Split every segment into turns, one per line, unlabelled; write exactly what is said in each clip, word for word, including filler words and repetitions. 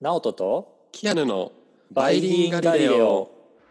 ナオトと
キアヌの
バイリンガリレオ。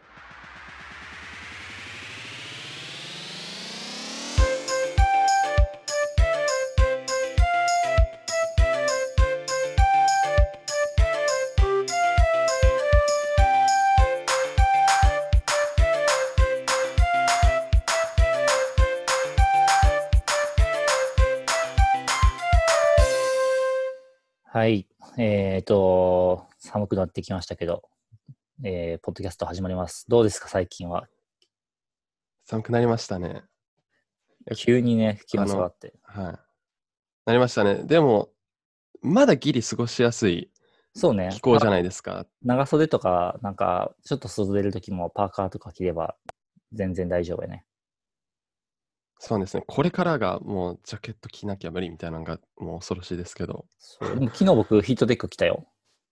はい、えーと寒くなってきましたけど、えー、ポッドキャスト始まります。どうですか最近は？
寒くなりましたね。
急にね気温下がって、
はい、なりましたね。でもまだギリ過ごしやすい
そうね、
気候じゃないですか。
長袖とかなんかちょっと外出るときもパーカーとか着れば全然大丈夫やね。
そうですね。これからがもうジャケット着なきゃ無理みたいなのがもう恐ろしいですけど。
そうでも昨日僕ヒートテック着たよ。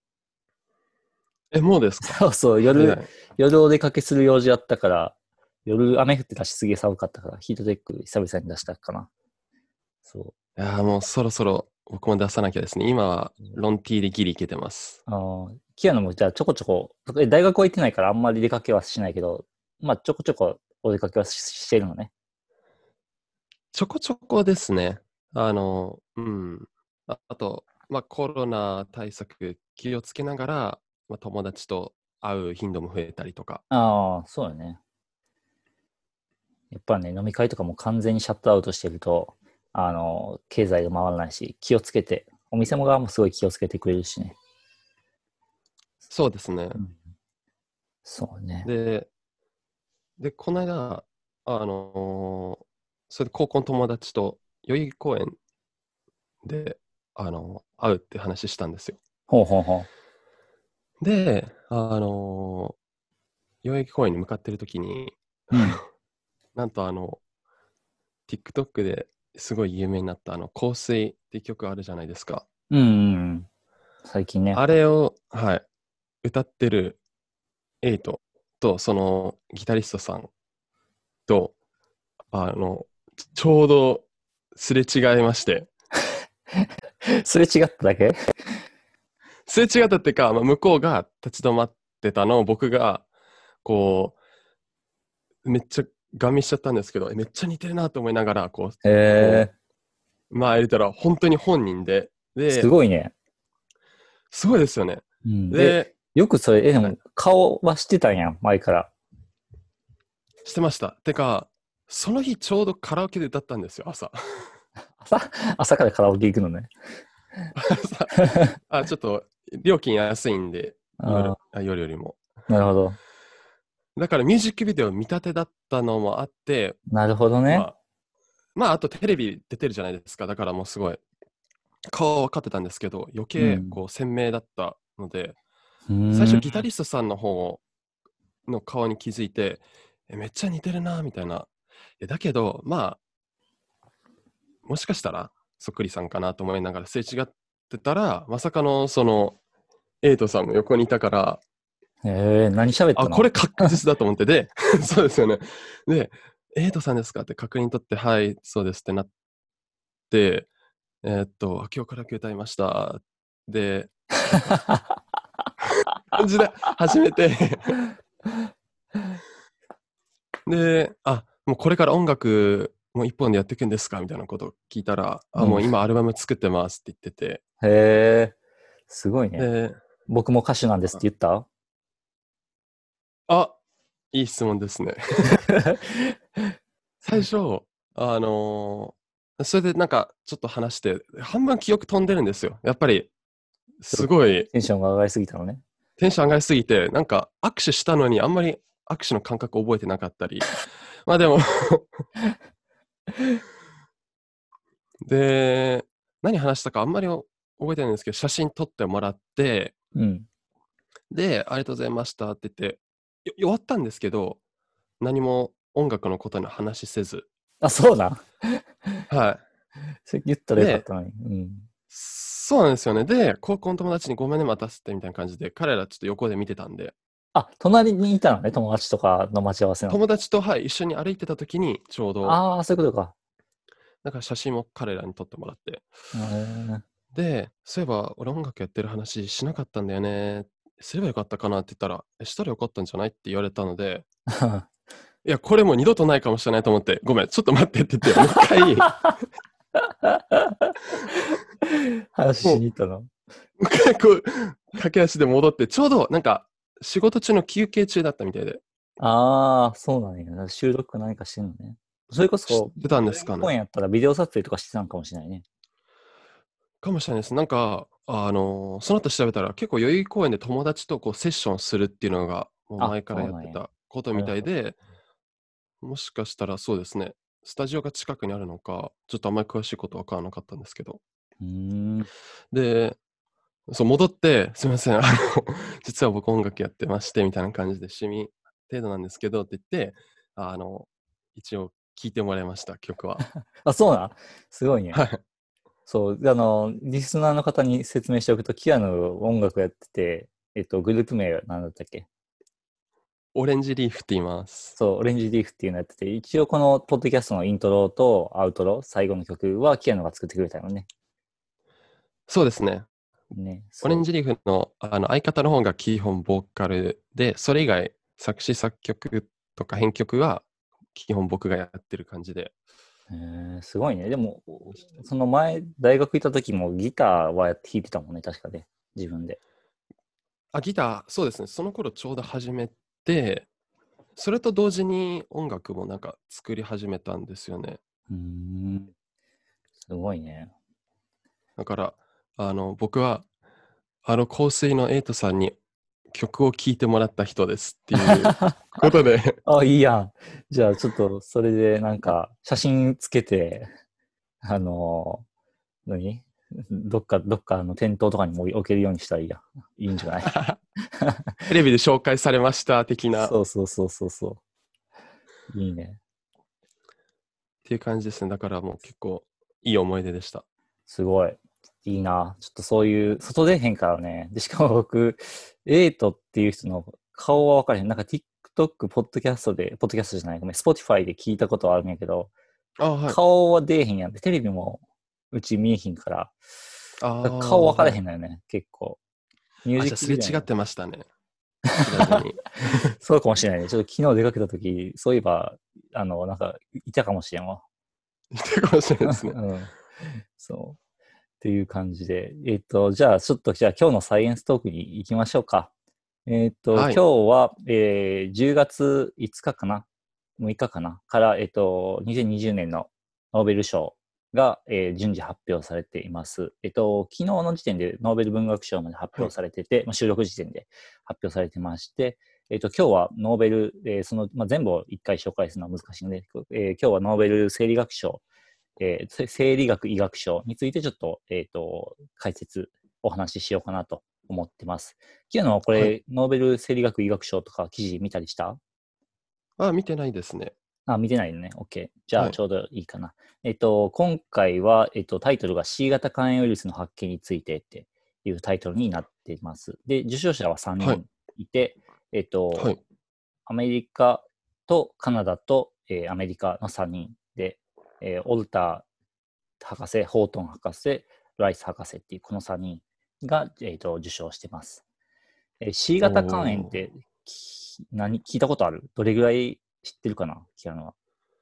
え、もうですか？
そうそう、夜夜お出かけする用事あったから、夜雨降ってたしすげえ寒かったからヒートテック久々に出したかな。そう。
いやーもうそろそろ僕も出さなきゃですね。今はロン T でギリいけてます。
ああ、キアヌもじゃあちょこちょこ、大学は行ってないからあんまり出かけはしないけど、まあちょこちょこお出かけはししてるのね。
ちょこちょこですね。あの、うん。あ、あと、まあコロナ対策気をつけながら、まあ、友達と会う頻度も増えたりとか。
ああ、そうよね。やっぱね、飲み会とかも完全にシャットアウトしてると、あの、経済が回らないし、気をつけて、お店も側もすごい気をつけてくれるしね。
そうですね。
うん、そうね。
で、で、この間、あのーそれで高校の友達と代々木公園で、あのー会うって話したんですよ。
ほうほうほ
で、あのー代々木公園に向かってる時に、
う。うん。
なんとあの、TikTok ですごい有名になったあの、香水って曲あるじゃないですか。
うん、うん。最近ね。
あれを、はい、歌ってるエイトと、そのギタリストさんと、あの、ちょうどすれ違いまして、
すれ違っただけ？
すれ違ったっていうか、まあ、向こうが立ち止まってたのを僕が、こう、めっちゃガン見しちゃったんですけど、えめっちゃ似てるなと思いながら、こう、
へ
こ
え、
う、まあ入れたら本当に本人で、
す
で、
ごいね。
すごいですよね。
うん。え、
で、
よくそれ、え、でも
はい、
顔はしてたんやん、前から。
してました。てか、その日ちょうどカラオケで歌ったんですよ、朝。
朝、朝からカラオケ行くのね。
朝あ、ちょっと料金安いんで、夜、
ああ、
あ夜よりも。
なるほど。
だからミュージックビデオ見立てだったのもあって、
なるほどね。
まあ、まあ、あとテレビ出てるじゃないですか。だからもうすごい、顔は分かってたんですけど、余
うん。
計こう鮮明だったので、
うー
最初
ん。
ギタリストさんの方の顔に気づいて、えめっちゃ似てるなみたいな。えだけど、まあ、もしかしたらそっくりさんかなと思いながらすれ違ってたら、まさかのその、エイトさんも横にいたから、
えー、何喋っ
あ、
たの？
これ確実だと思って、で、そうですよね。で、エイトさんですかって確認取って、はい、そうですってなって、えーっと、今日から歌いました。で、なんか、感じで始めてで、あ、もうこれから音楽もう一本でやっていくんですかみたいなことを聞いたら、あ、
うん。
もう今アルバム作ってますって言ってて、
へえ、すごいね。
で、
僕も歌手なんですって言った？
あ、いい質問ですね。最初、あのーそれでなんかちょっと話して、半分記憶飛んでるんですよ。やっぱり、
ちょっと
すごい
テンションが上がりすぎたのね。
テンション上がりすぎて、なんか握手したのにあんまり握手の感覚覚えてなかったり。まあでもで、何話したかあんまり覚えてないんですけど、写真撮ってもらって、
うん。
で、ありがとうございましたって言って、よ終わったんですけど、何も音楽のことに話せず、
あ、そうなん？
は
それ言った
い。で、
らよかったのに。うん。
そうなんですよね。で、高校の友達にごめんね、待たせてみたいな感じで、彼らちょっと横で見てたんで、
あ、隣にいたのね、友達とかの待ち合わせの。
友達と、はい、一緒に歩いてた時に、ちょうど、
ああ、そういうことか。
なんか写真も彼らに撮ってもらって、
へえ。
で、そういえば俺音楽やってる話しなかったんだよね。すればよかったかなって言ったら、え、したらよかったんじゃないって言われたので、いや、これもう二度とないかもしれないと思って、ごめん、ちょっと待ってって言って、もう一回、
話し
もう、
に行ったの。
もう一回こう、駆け足で戻って、ちょうどなんか、仕事中の休憩中だったみたいで、
ああ、そうなんや。収録か何かしてんのね。それこそ、
知ってたんで
代々木
すかね。
公園やったらビデオ撮影とかしてたのかもしれないね。
かもしれないです。なんか、あのーその後調べたら、結構代々木公園で友達とこうセッションするっていうのが、もう
あ、
前から
そうなんや。
やってたことみ
なるほど。
たいで、もしかしたらそうですね、スタジオが近くにあるのか、ちょっとあんまり詳しいことは分からなかったんですけど。
うーん。
で、そう、戻って、すみません、あの、実は僕音楽やってまして、みたいな感じで趣味程度なんですけどって言って、あの、一応聞いてもらいました、曲は。
あ、そうなんすごいね。
はい。
そう、あの、リスナーの方に説明しておくと、キアヌ音楽やってて、えっと、グループ名は何だったっけ？
オレンジリーフって言います。
そう、オレンジリーフっていうのやってて、一応このポッドキャストのイントロとアウトロ、最後の曲はキアヌが作ってくれたよね。
そうですね。
ね、そ
オレンジリーフの、あの相方の方が基本ボーカルで、それ以外作詞作曲とか編曲は基本僕がやってる感じで。
う。へーすごいね。でも、その前、大学行った時もギターはやって弾いてたもんね、確かね。自分で。
あ、ギター、そうですね。その頃ちょうど始めて、それと同時に音楽もなんか作り始めたんですよね。
うーん、すごいね。
だから、あの、僕は、あの香水のエイトさんに曲を聴いてもらった人ですっていうことで、
あ、いいやん。じゃあ、ちょっと、それで、なんか、写真つけて、あのー何どっか、どっかの店頭とかにも置けるようにしたらいいやん。いいんじゃない？
テレビで紹介されました的なっ
そうそうそうそうそう。いいね。
ていう感じですね。だからもう結構いい思い出でした。
すごい。いいな。ちょっとそういう、外出へんからね。で、しかも僕、エイトっていう人の顔は分からへん。なんか TikTok、ポッドキャストで、ポッドキャストじゃない、ごめん、Spotify で聞いたことはあるんやけど、
あ、はい。
顔は出えへんやんで、テレビもうち見えへんから、
ああ、
顔分から
はい。
へんのよね、結構。ミュー
あ、
ジ
じゃあすれ違っ
ックビデオに。
てましたね。知らずに。
そうかもしれないね。ちょっと昨日出かけたとき、そういえば、あの、なんか、いたかもしれんわ。
いたかもしれないですね。
うん。そう。っていう感じで。えっと、じゃあ、ちょっと、じゃあ今日のサイエンストークに行きましょうか。えっと、
はい。
今日は、えー、じゅうがついつかかかな ?むいか かなから、えっと、にせんにじゅうねんのノーベル賞が、えー順次発表されています。えっと、昨日の時点でノーベル文学賞まで発
はい。
表されてて、まあ、収録時点で発表されてまして、えっと、今日はノーベル、えーその、まあ、全部を一回紹介するのは難しいので、えー今日はノーベル生理学賞えー生理学医学賞についてちょっと、えっ、と、解説、お話ししようかなと思ってます。キアノはこ
はい。
れ、ノーベル生理学医学賞とか記事見たりした？
あ、見てないですね。
あ、見てないのね。OK。じゃ
はい。
あ、ちょうどいいかな。えっと、今回は、えっと、タイトルが C 型肝炎ウイルスの発見についてっていうタイトルになっています。で、受賞者は3
はい。
人いて、えっと、
はい。
アメリカとカナダと、えーアメリカのさんにんで、えーオルター博士、ホートン博士、ライス博士っていうこのさんにんが、えーと受賞してます。えー C
お
型肝炎っ
ー。
てき何聞いたことある？どれぐらい知ってるかなキアノは。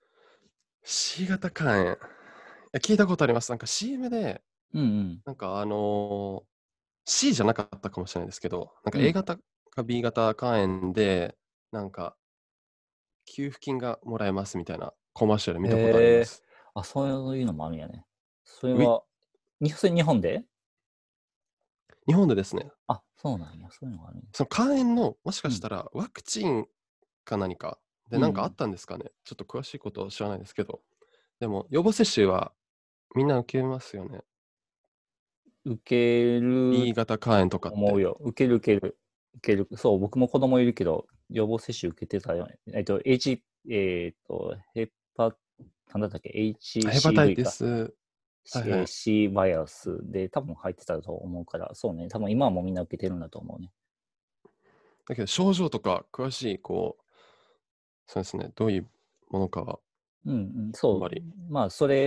C 型肝炎。いや聞いたことあります。なんか シーエム で、
うん
なんかあのー C じゃなかったかもしれないですけど、なんか
うん。う
A
ん。
型か B 型肝炎で、なんか給付金がもらえますみたいなコマーシャル見たことありま
へえ。
す。
あ、そういうのもあるんやね。それ
うい、
は、にそれ日本で？
日本でですね、
あ、そうなんや。そういうのがあるんや。
その肝炎の、もしか
うん。
したらワクチンか何かでなんかあっ
うん
たんですかね。ちょっと詳しいことを知らないですけど、でも予防接種はみんな受けますよね。
うん。受ける
B 型肝炎とかって。
思うよ。受ける受ける。受ける。そう、僕も子供いるけど、予防接種受けてたよね。えっと、H、えっと、ヘパ、なんだったっけ？
ヘパタイ
エイチシーブイ か。
ティス、はいはい。
C, C バイアスで多分入ってたと思うから、そうね。多分今はもうみんな受けてるんだと思うね。
だけど症状とか詳しい、こう、そうですね、どういうものかは
うんうん、そ
あんまり。
う。まあ、それ、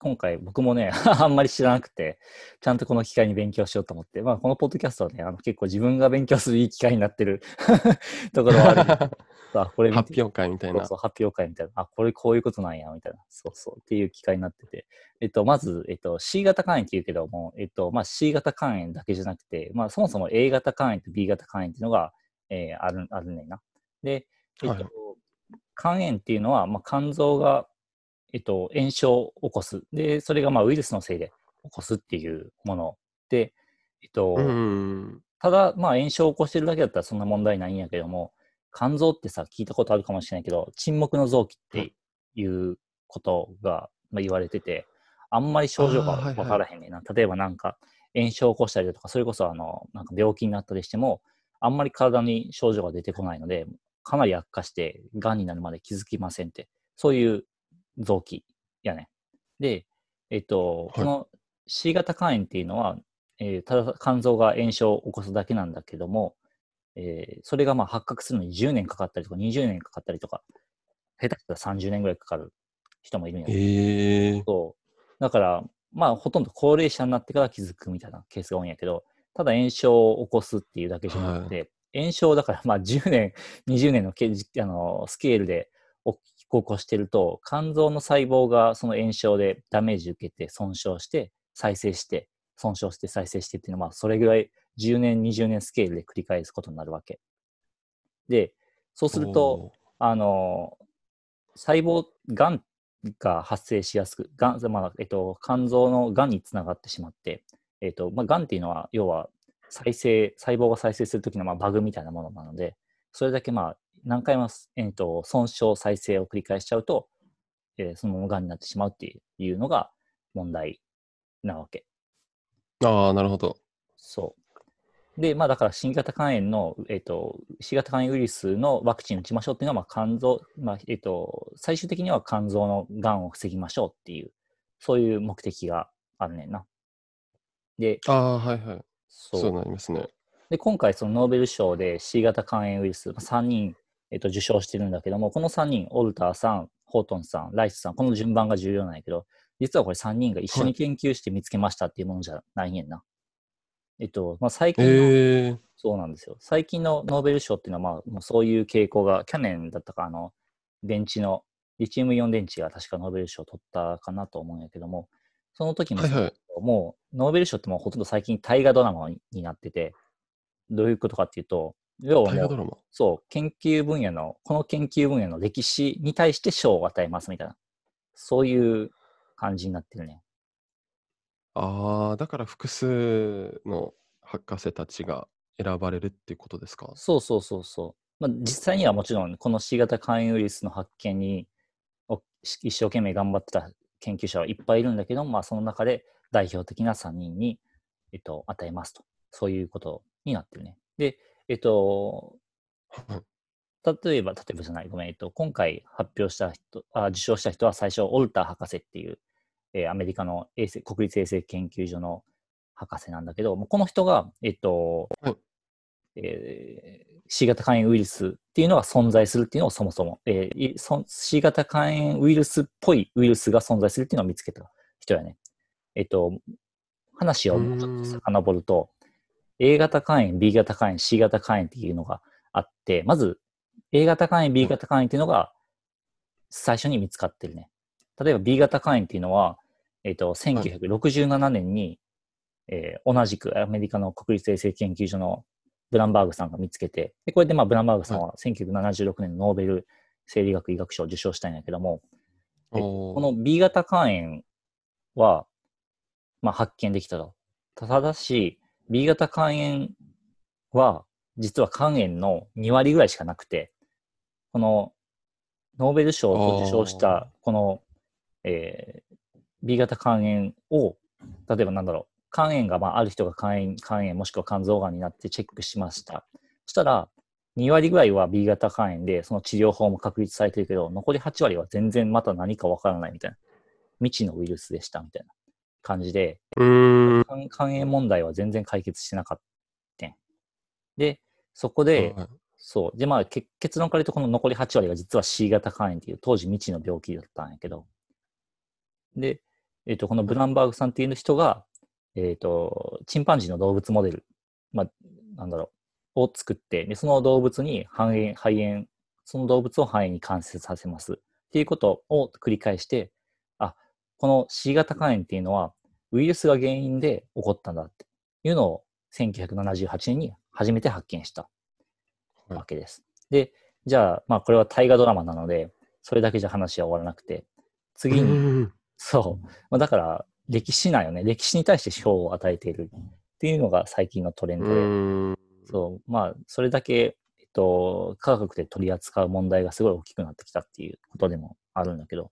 今回僕もね、あんまり知らなくて、ちゃんとこの機会に勉強しようと思って、まあこのポッドキャストはね、あの結構自分が勉強するいい機会になってるところはあるんですけど、あ、これ見て、
発表会みたいな。
そうそう、発表会みたいな、あ、これこういうことなんや、みたいな、そうそう、っていう機会になってて、えっと、まず、えっと、C 型肝炎って言うけども、えっと、まあ C 型肝炎だけじゃなくて、まあそもそも A 型肝炎と B 型肝炎っていうのが、えーある、あるねんな。で、えっと、
はい。
肝炎っていうのは、まあ、肝臓が、えっと、炎症を起こす。で、それがまあウイルスのせいで起こすっていうもので、えっ
う
と、
ん。
ただ、まあ炎症を起こしてるだけだったらそんな問題ないんやけども、肝臓ってさ、聞いたことあるかもしれないけど、沈黙の臓器っ
はい。
ていうことが、まあ、言われてて、あんまり症状が
ああ、はい
わ
はい。
からへんねんな。例えばなんか炎症を起こしたりだとか、それこそあの、なんか病気になったりしても、あんまり体に症状が出てこないので、かなり悪化して、癌になるまで気づきませんって、そういう臓器やね。で、えっと、こ
はい。
の C 型肝炎っていうのは、えーただ肝臓が炎症を起こすだけなんだけども、えーそれがまあ発覚するのにじゅうねんかかったりとかにじゅうねんかかったりとか、下手したらさんじゅうねんぐらいかかる人もいるんや。
ええ。
そう。だから、まあほとんど高齢者になってから気づくみたいなケースが多いんやけど、ただ炎症を起こすっていうだけじゃなく
は
て、炎症だからまあじゅうねん、にじゅうねんのけあのスケールで起こしてると、肝臓の細胞がその炎症でダメージ受けて損傷して再生して損傷して再生してっていうのは、まあそれぐらいじゅうねん、にじゅうねんスケールで繰り返すことになるわけ。で、そう
い。
すると、
おー。
あの、細胞、がんが発生しやすく、がん、まあ、えっと、肝臓のがんにつながってしまって、えっと、まあ、がんっていうのは、要は、再生、細胞が再生するときのまあバグみたいなものなので、それだけまあ、何回も、えっと、損傷、再生を繰り返しちゃうと、えーそのままがんになってしまうっていうのが問題なわけ。
ああ、なるほど。
そう。で、まあだから新型肝炎の、えっと、C 型肝炎ウイルスのワクチン打ちましょうっていうのは、まあ肝臓、まあ、えっと、最終的には肝臓の癌を防ぎましょうっていう、そういう目的があるねんな。で、
ああ、はいはい。そう
そう。
なりますね。
で、今回そのノーベル賞で C 型肝炎ウイルスさんにん、えっと、受賞してるんだけども、このさんにん、オルターさん、ホートンさん、ライスさん、この順番が重要なんやけど、実はこれさんにんが一緒
はい。
に研究して見つけましたっていうものじゃないねんな。えっと、まあ、最近の
ええ。
そうなんですよ。最近のノーベル賞っていうのは、まあ、もうそういう傾向が、去年だったか、あの、電池の、リチウムイオン電池が確かノーベル賞を取ったかなと思うんやけども、その時もそうだ
はいはい。
けど、もう、ノーベル賞ってもうほとんど最近大河ドラマになってて、どういうことかっていうと、要はもう、
大河ドラマ。
そう、研究分野の、この研究分野の歴史に対して賞を与えますみたいな、そういう感じになってるね。
ああ、だから複数の博士たちが選ばれるっていうことですか？
そうそうそうそう。まあ、実際にはもちろん、この C 型肝炎ウイルスの発見にを一生懸命頑張ってた研究者はいっぱいいるんだけど、まあ、その中で代表的なさんにんに、えっと、与えますと。そういうことになってるね。で、えっと、
はい。
例えば、例えばじゃない、ごめん、えっと、今回発表した人、あ、受賞した人は最初、オルター博士っていう、えーアメリカの衛生国立衛生研究所の博士なんだけど、もうこの人が、えっと、
はい。
えー C 型肝炎ウイルスっていうのが存在するっていうのをそもそも、えーいそ C 型肝炎ウイルスっぽいウイルスが存在するっていうのを見つけた人やね。えっと、話
うー
をもうちょっと
ん。
遡ると、A 型肝炎、B 型肝炎、C 型肝炎っていうのがあって、まず A 型肝炎、B
はい。
型肝炎っていうのが最初に見つかってるね。例えば B 型肝炎っていうのは、えっと、
はい。
せんきゅうひゃくろくじゅうななねんに、えー同じくアメリカの国立衛生研究所のブランバーグさんが見つけて、でこれでまあブランバーグさ
はい。
んはせんきゅうひゃくななじゅうろくねんのノーベル生理学医学賞を受賞したんやけども、
お
えっと、この
お。
B 型肝炎は、まあ、発見できたと。ただし、B 型肝炎は、実は肝炎のに割ぐらいしかなくて、このノーベル賞
あ
を受賞し
あ。
た、この、えー B 型肝炎を、例えばなんだろう、肝炎が、まあ、ある人が肝炎、肝炎もしくは肝臓がんになってチェックしました。そしたら、に割ぐらいは B 型肝炎で、その治療法も確立されてるけど、残りはち割は全然また何かわからないみたいな。未知のウイルスでしたみたいな感じで、
うーん。
肝肝炎問題は全然解決してなかったん。で、そこで、
はい。
そう。で、まあ、け結論から言うと、この残りはち割が実は C 型肝炎っていう当時未知の病気だったんやけど、で、 えっと、このブランバーグさんっていう人が、えっと、チンパンジーの動物モデル、まあ、なんだろう、を作って、で、その動物に肺炎、肺炎、その動物を肺炎に感染させます。っていうことを繰り返して、あ、この C 型肝炎っていうのは、ウイルスが原因で起こったんだっていうのをせんきゅうひゃくななじゅうはちねんに初めて発見した
はい。
わけです。で、じゃあ、まあこれは大河ドラマなので、それだけじゃ話は終わらなくて、
う
次に、
ーん。
そう、まあ、だから歴史なんよね。歴史に対して賞を与えているっていうのが最近のトレン
う
ドで、
ーん。
そう、まあそれだけ、えっと、科学で取り扱う問題がすごい大きくなってきたっていうことでもあるんだけど、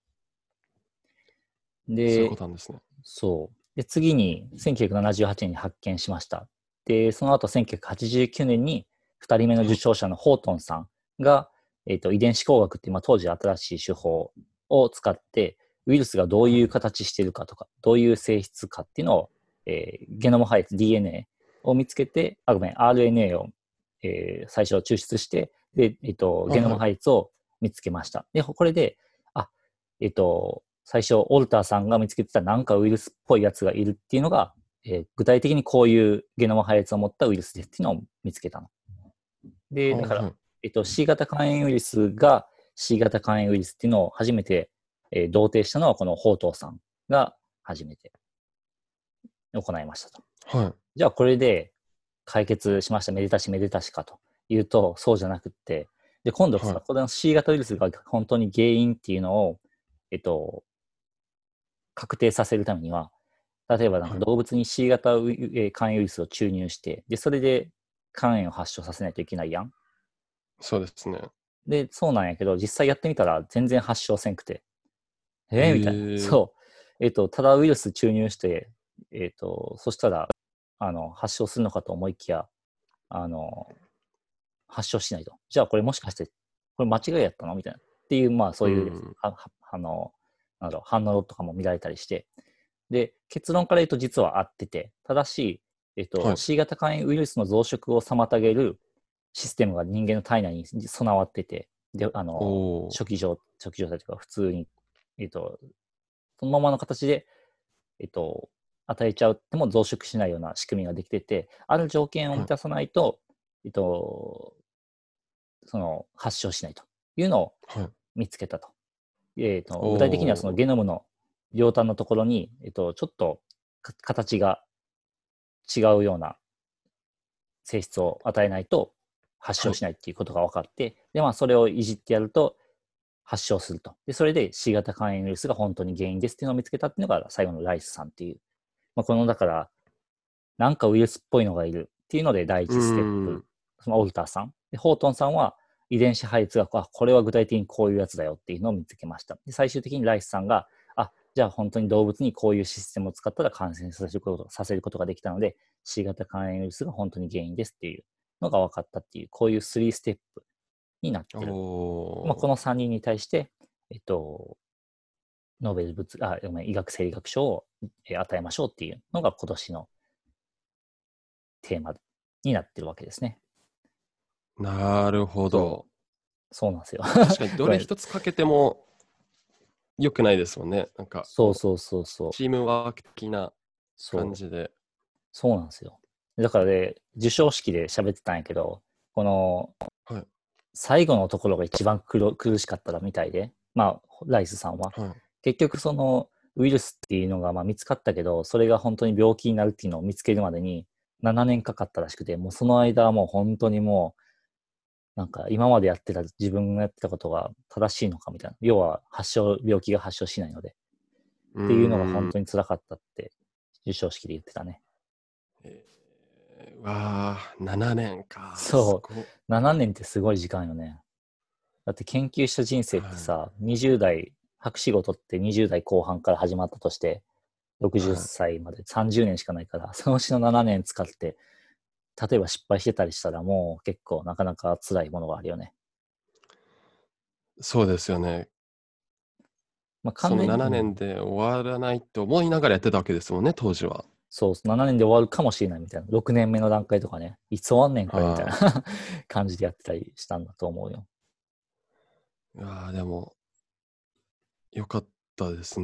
そういう
で、
ことなんですね。
そう。で、次にせんきゅうひゃくななじゅうはちねんに発見しました。で、その後せんきゅうひゃくはちじゅうきゅうねんにふたりめの受賞者のホートンさんが、えっと、遺伝子工学っていう、まあ、当時新しい手法を使って、ウイルスがどういう形しているかとか、どういう性質かっていうのを、えーゲノム配列 ディーエヌエー を見つけて、あ、ごめん、アールエヌエー を、えー最初抽出して、で、えっと、ゲノム
はいはい。
配列を見つけました。で、これで、あ、えっと、最初、オルターさんが見つけてたなんかウイルスっぽいやつがいるっていうのが、えー具体的にこういうゲノム配列を持ったウイルスですっていうのを見つけたの。で、だから、
はいはい。
えっと、C 型肝炎ウイルスが C 型肝炎ウイルスっていうのを初めて、えー同定したのはこのホートーさんが初めて行いましたと。
はい。
じゃあこれで解決しました、めでたしめでたしかというと、そうじゃなくって、で、今度さ、
はい。
この C 型ウイルスが本当に原因っていうのを、えっと、確定させるためには、例えばなんか
はい。
動物に C 型ウイえー肝炎ウイルスを注入して、で、それで肝炎を発症させないといけないやん。
そうですね。
で、そうなんやけど、実際やってみたら全然発症せんくて、えー、みたいな。
ええ。
そう。えっ、と、ただウイルス注入して、えっ、と、そしたら、あの、発症するのかと思いきや、あの、発症しないと。じゃあこれもしかして、これ間違いやったのみたいな。っていう、まあそういう、
うん。
ははあの、なんだろう、反応とかも見られたりして、で、結論から言うと実は合ってて、ただし、えっと、
はい。
C 型肝炎ウイルスの増殖を妨げるシステムが人間の体内に備わってて、で、あ
お
の、
お。
初期状、初期状態というか普通に、えっと、そのままの形で、えっと、与えちゃうっても増殖しないような仕組みができてて、ある条件を
はい。
満たさないと、えっと、その発症しないというのを
はい。
見つけたと。えっ
お
と、具体的にはその
お。
ゲノムの両端のところに、えっと、ちょっと形が違うような性質を与えないと発
はい。
症しないっていうことが分かって、で、まあ、それをいじってやると発症すると。で、それで C 型肝炎ウイルスが本当に原因ですっていうのを見つけたっていうのが最後のライスさんっていう。まあ、この、だから、なんかウイルスっぽいのがいるっていうので第
うー
一ステップ。
ん。
そのオルターさん。で、ホートンさんは遺伝子配列が、あ、これは具体的にこういうやつだよっていうのを見つけました。で、最終的にライスさんが、あ、じゃあ本当に動物にこういうシステムを使ったら感染させることさせることができたので、C 型肝炎ウイルスが本当に原因ですっていうのが分かったっていう、こういうスリーステップになっ
お
てる。まあ、こ
お。
のさんにんに対して、えっと、ノーベル物、あ、ごめん、医学生理学賞を与えましょうっていうのが今年のテーマになってるわけですね。
なるほ
そ
ど。
う、そうなんですよ。
確かにどれ
これ、
一つかけても良くないですもんね。なんかこう、
そうそうそうそう、
チームワーク的な感
そう、
じで。
そうなんですよ。だからね、授賞式で喋ってたんやけど、この
はい。
最後のところが一番苦苦しかったみたいで、まあ、ライスさんは。
はい。
結局そのウイルスっていうのがまあ見つかったけど、それが本当に病気になるっていうのを見つけるまでにななねんかかったらしくて、もうその間はもう本当にもう、なんか今までやってた自分がやってたことが正しいのかみたいな。要は発症、病気が発症しないので。
うー
っていうのが本
ん。
当に辛かったって授賞式で言ってたね。
えー、わあ、ななねんか。す
そう。
ごっ。
ななねんってすごい時間よね。だって研究した人生って
は
さ、にじゅう代、博士号取ってにじゅう代後半から始まったとして、
い。
60
はい。
歳までさんじゅうねんしかないから、そのうちのななねん使って、例えば失敗してたりしたらもう結構なかなか辛いものがあるよね。
そうですよね。
まあ
その
完全に、う
7年
ん、
で終わらないと思いながらやってたわけですもんね、当時は。
そう、ななねんで終わるかもしれないみたいな。ろくねんめの段階とかね、いつ終わんねんこれみたいな
は
感じでやってたりしたんだと思うよ。
い。いやーでも、よかったですね。あ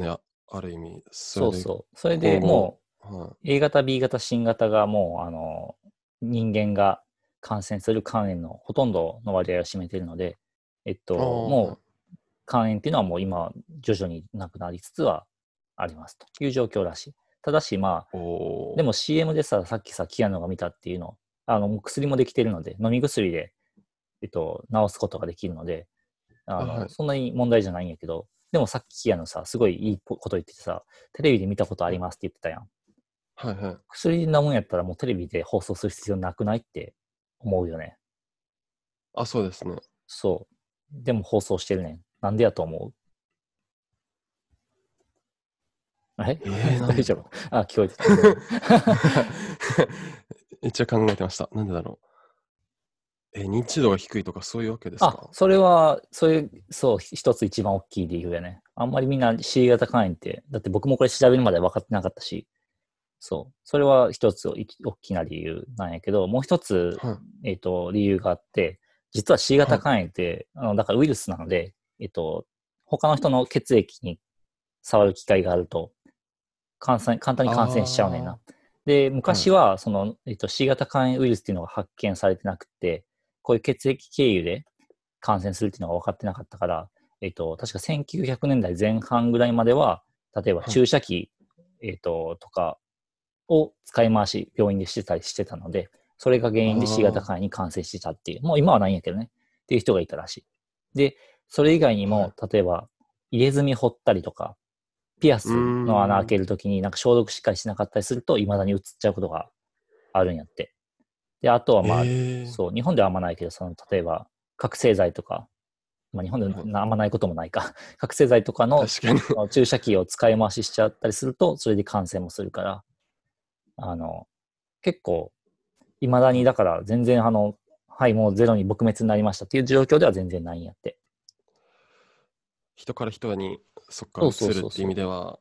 ある意味。それで
そうそう。それで
今後、
も
は
う A 型、B 型、新型がもう、あの、人間が感染する肝炎のほとんどの割合を占めているので、えっ
い。あ
と、
あ、はい。
もう肝炎っていうのはもう今、徐々になくなりつつはありますという状況らしい。ただし、まあ、
おお。
でも シーエム でさ、さっきさ、キアノが見たっていうの、あの、もう薬もできてるので、飲み薬で、えっと、治すことができるので、あ
あ、は
の、
い。
そんなに問題じゃないんやけど、でもさっきキアノさ、すごいいいこと言っててさ、テレビで見たことありますって言ってたやん。
はいはい。
薬飲むんやったらもうテレビで放送する必要なくないって思うよね。
あ、そうですね。
そう。でも放送してるねん。なんでやと思う？え
えー、なん
大丈夫？
でだろ
あ、聞こえてた。
う。
ごめん。
一応考えてました。なんでだろう。え、認知度が低いとかそういうわけです
あ、
か？
それは、そういう、そう、一つ一番大きい理由やね。あんまりみんな C 型肝炎って、だって僕もこれ調べるまで分かってなかったし、そう。それは一つい大きな理由なんやけど、もう一つ、
はい。
えっと、理由があって、実は C 型
はい。
肝炎って、あの、だからウイルスなので、えっと、他の人の血液に触る機会があると、感染、簡単に感染しちゃうねんな。
あ
で、
あ、はい。
昔は、その、えっと、C 型肝炎ウイルスっていうのが発見されてなくて、こういう血液経由で感染するっていうのが分かってなかったから、えっと、確かせんきゅうひゃくねんだいぜん半ぐらいまでは、例えば
はい。
注射器、えっと、とかを使い回し、病院でしてたりしてたので、それが原因で C 型
あ
肝炎に感染してたっていう、もう今はないんやけどね、っていう人がいたらしい。で、それ以外に
あ、はい。
も、例えば、入れ墨掘ったりとか、ピア
うー
スの穴開け
ん。
るときになんか消毒しっかりしなかったりすると、未だに移っちゃうことがあるんやって。で、あとはまあ、
ええ
そう、日本ではあんまないけど、その、例えば、覚醒剤とか、まあ、日本で
はい。
あんまないこともないか。覚醒剤とかの
確かに。
注射器を使い回ししちゃったりすると、それで感染もするから、あの、結構、未だ
はい。
にだから全然あの、はい、もうゼロに撲滅になりましたっていう状況では全然ないんやって。
人から人にそっか
そうそう
移るっていう意
そうそう。
味では、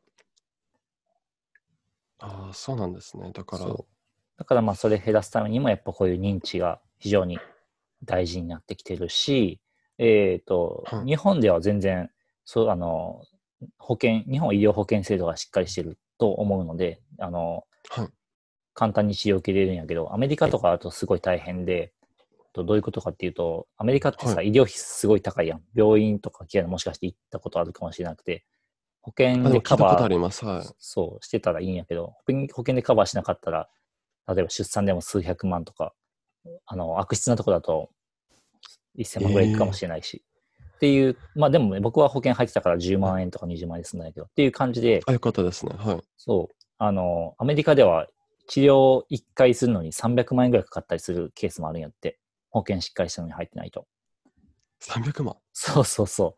ああ、そうなんですね。だから、
そう。だからまあそれ減らすためにもやっぱこういう認知が非常に大事になってきてるし、えっと、
はい。
日本では全然、そう、あの、保険、日本は医療保険制度がしっかりしてると思うので、あの、
はい。
簡単に治療を受けれるんやけど、アメリカとかだとすごい大変で、とどういうことかっていうと、アメリカってさ、
はい。
医療費すごい高いやん。病院とかケアもしかして行ったことあるかもしれなくて、保
あ、
険で
でも聞いたことあ
カバー、
ります。はい。
そう、してたらいいんやけど、保険保険でカバーしなかったら、例えば出産でも数百万とか、あの、悪質なとこだとせんまんぐらいいくかもし
ええ
れないし。っていう、まあでもね、僕は保険入ってたから10
はい。
万円とかにじゅうまん円で済んだんやけど、っていう感じで、
あ、よかったですね。はい。
そう、あの、アメリカでは治療いっかいするのにさんびゃくまん円ぐらいかかったりするケースもあるんやって。保険しっかりしたのに入ってないと。
さんびゃくまん。
そうそうそう。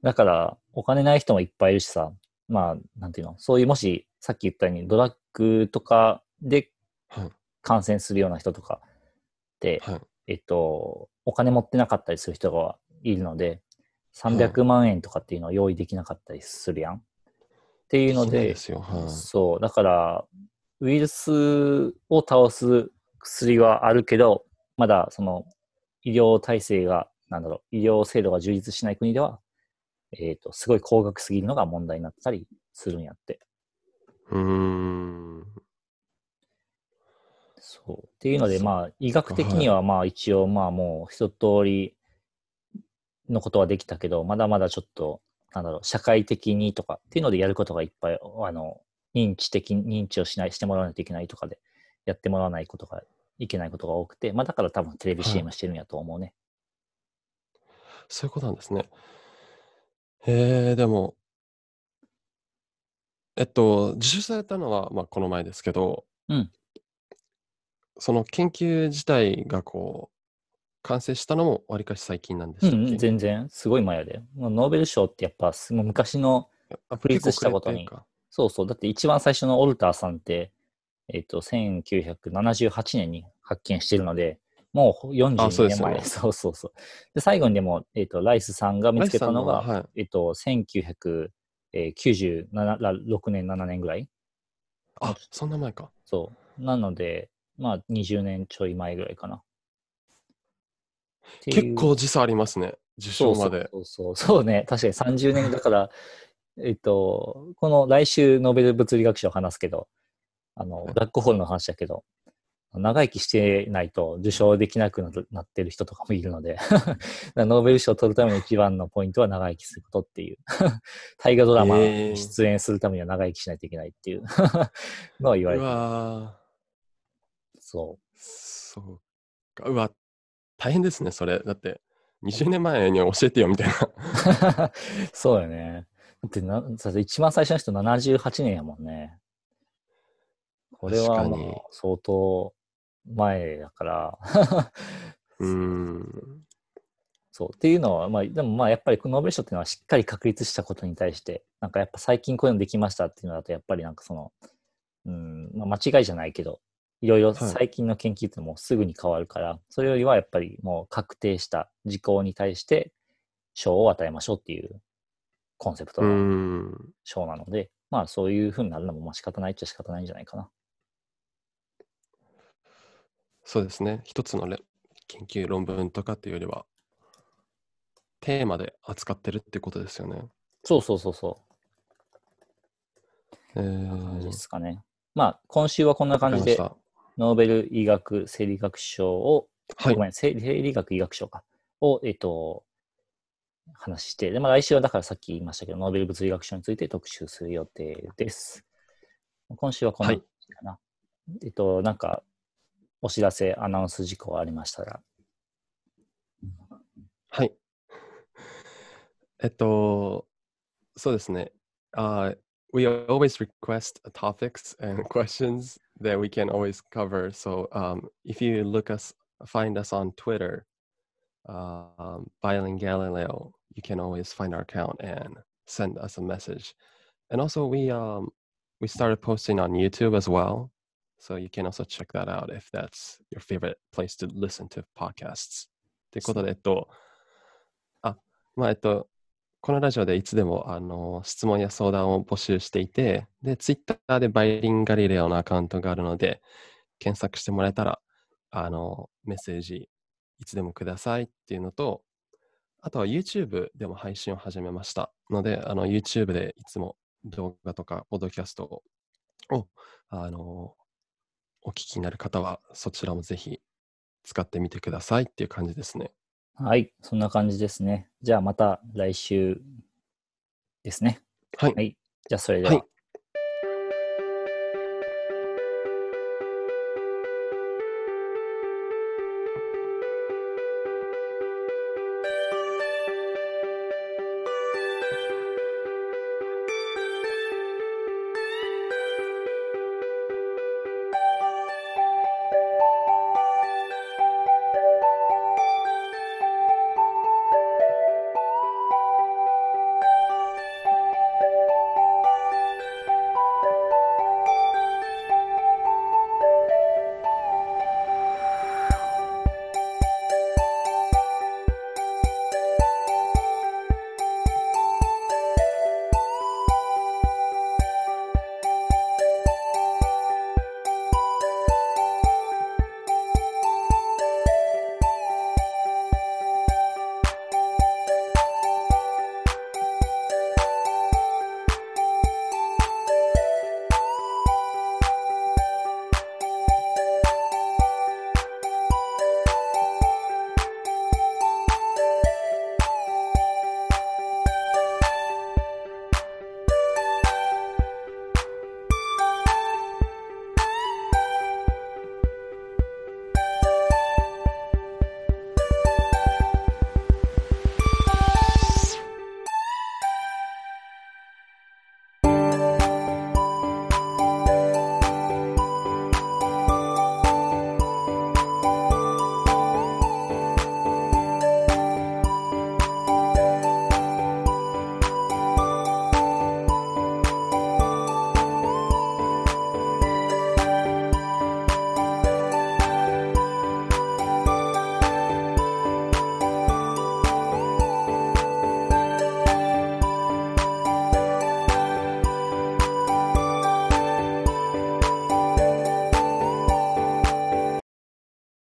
だから、お金ない人もいっぱいいるしさ、まあ、なんていうの、そういうもし、さっき言ったようにドラッグとかで
はい。
感染するような人とかって、
はい。
えっと、お金持ってなかったりする人がいるので、300
はい。
万円とかっていうのを用意できなかったりするやん。っていう
で
ので、
きないですよ。は
そう、だから、ウイルスを倒す薬はあるけど、まだその医療体制が、なんだろう、医療制度が充実しない国では、えっと、すごい高額すぎるのが問題になったりするんやって。
い。うーん。
そう。っていうので、
そっ
まあ、医学
か。はい。
的にはまあ一応まあもう一通りのことはできたけど、まだまだちょっと、なんだろう、社会的にとかっていうのでやることがいっぱい、あの、認知的、認知をしない、してもらわないといけないとかで、やってもらわないことがいけないことが多くて、まあだから多分テレビ
はい。
シーエム してるんやと思うね。
そういうことなんですね。へえ、でも、えっと、自首されたのは、まあ、この前ですけど、
うん。
その研究自体がこう、完成したのもわりかし最近なんで
うんうん、
したっけ？
全然、すごい前やで。もうノーベル賞ってやっぱ、もう昔の
あ、
確立し
結構遅
たことに、
れてか。
そうそう、だって一番最初のオルターさんって、えっと、せんきゅうひゃくななじゅうはちねんに発見してるので、もう42
あ、そうで
年前。
すよね。
そうそうそう。で、最後にでも、えっと、ライスさんが見つ
ライスさんのは、
けたのが、
はい。
えっと、せんきゅうひゃくきゅうじゅうなな、ろくねん、ななねんぐらい。もう
あ、
ちょっと、
そんな前か。
そう。なので、まあ、にじゅうねんちょい前ぐらいかな。っていう、
結構時差ありますね、受
そうそう
賞まで。
そうそう、そうね。確かにさんじゅうねんだから、 えっと、この来週ノーベル物理学賞を話すけど、あの、ブラックホールの話だけど、長生きしてないと受賞できなくなってる人とかもいるのでノーベル賞を取るための一番のポイントは長生きすることっていう大河ドラマに出演するためには長生きしないといけないっていうのは言われてる。
うわ
そう。
そうか。うわ、大変ですね、それ。だって、にじゅうねんまえに教えてよみたいな。
そうよね。だってな、一番最初の人ななじゅうはちねんやもんね。これはもう相当前だから
うーん。
そう。っていうのは、まあ、でもまあ、やっぱりノーベル賞っていうのはしっかり確立したことに対して、なんかやっぱ最近こういうのできましたっていうのだと、やっぱりなんかその、うん、まあ、間違いじゃないけど、いろいろ最近の研究ってもうすぐに変わるから、はい、それよりはやっぱりもう確定した事項に対して賞を与えましょうっていうコンセプトの賞なので、まあそういうふうになるのもまあ仕方ないっちゃ仕方ないんじゃないかな。
そうですね。一つの研究論文とかっていうよりは、テーマで扱ってるってことですよね。
そうそうそうそう。
え
ー、こんな感じですかね。まあ今週はこんな感じで、ノーベル医学生理学賞を、はい、ごめん、生理学医学賞か、を、えっと、話して、で、まあ来週はだからさっき言いましたけど、ノーベル物理学賞について特集する予定です。今週はこんな感じかな。はい、えっと、なんか、お知らせ、アナウンス事項ありましたら。
はい。えっと、そうですね。Uh, we always request topics and questions that we can always cover. So um, if you look us, find us on Twitter, um, Biling Galileo, you can always find our account and send us a message. And also we um, we started posting on YouTube as well. So you can also check that out if that's your favorite place to listen to podcasts. ということで、えっと、あ、まあ、えっと、このラジオでいつでもあの質問や相談を募集していて、で、ツイッターでバイリンガリレオのアカウントがあるので、検索してもらえたら、あの、メッセージいつでもくださいっていうのと、あとは YouTube でも配信を始めましたので、あの YouTube でいつも動画とか、ポッドキャストを、あの、お聞きになる方は、そちらもぜひ使ってみてくださいっていう感じですね。
はい、そんな感じですね。じゃあまた来週ですね。
はい。
はい、じゃあそれでは。はい。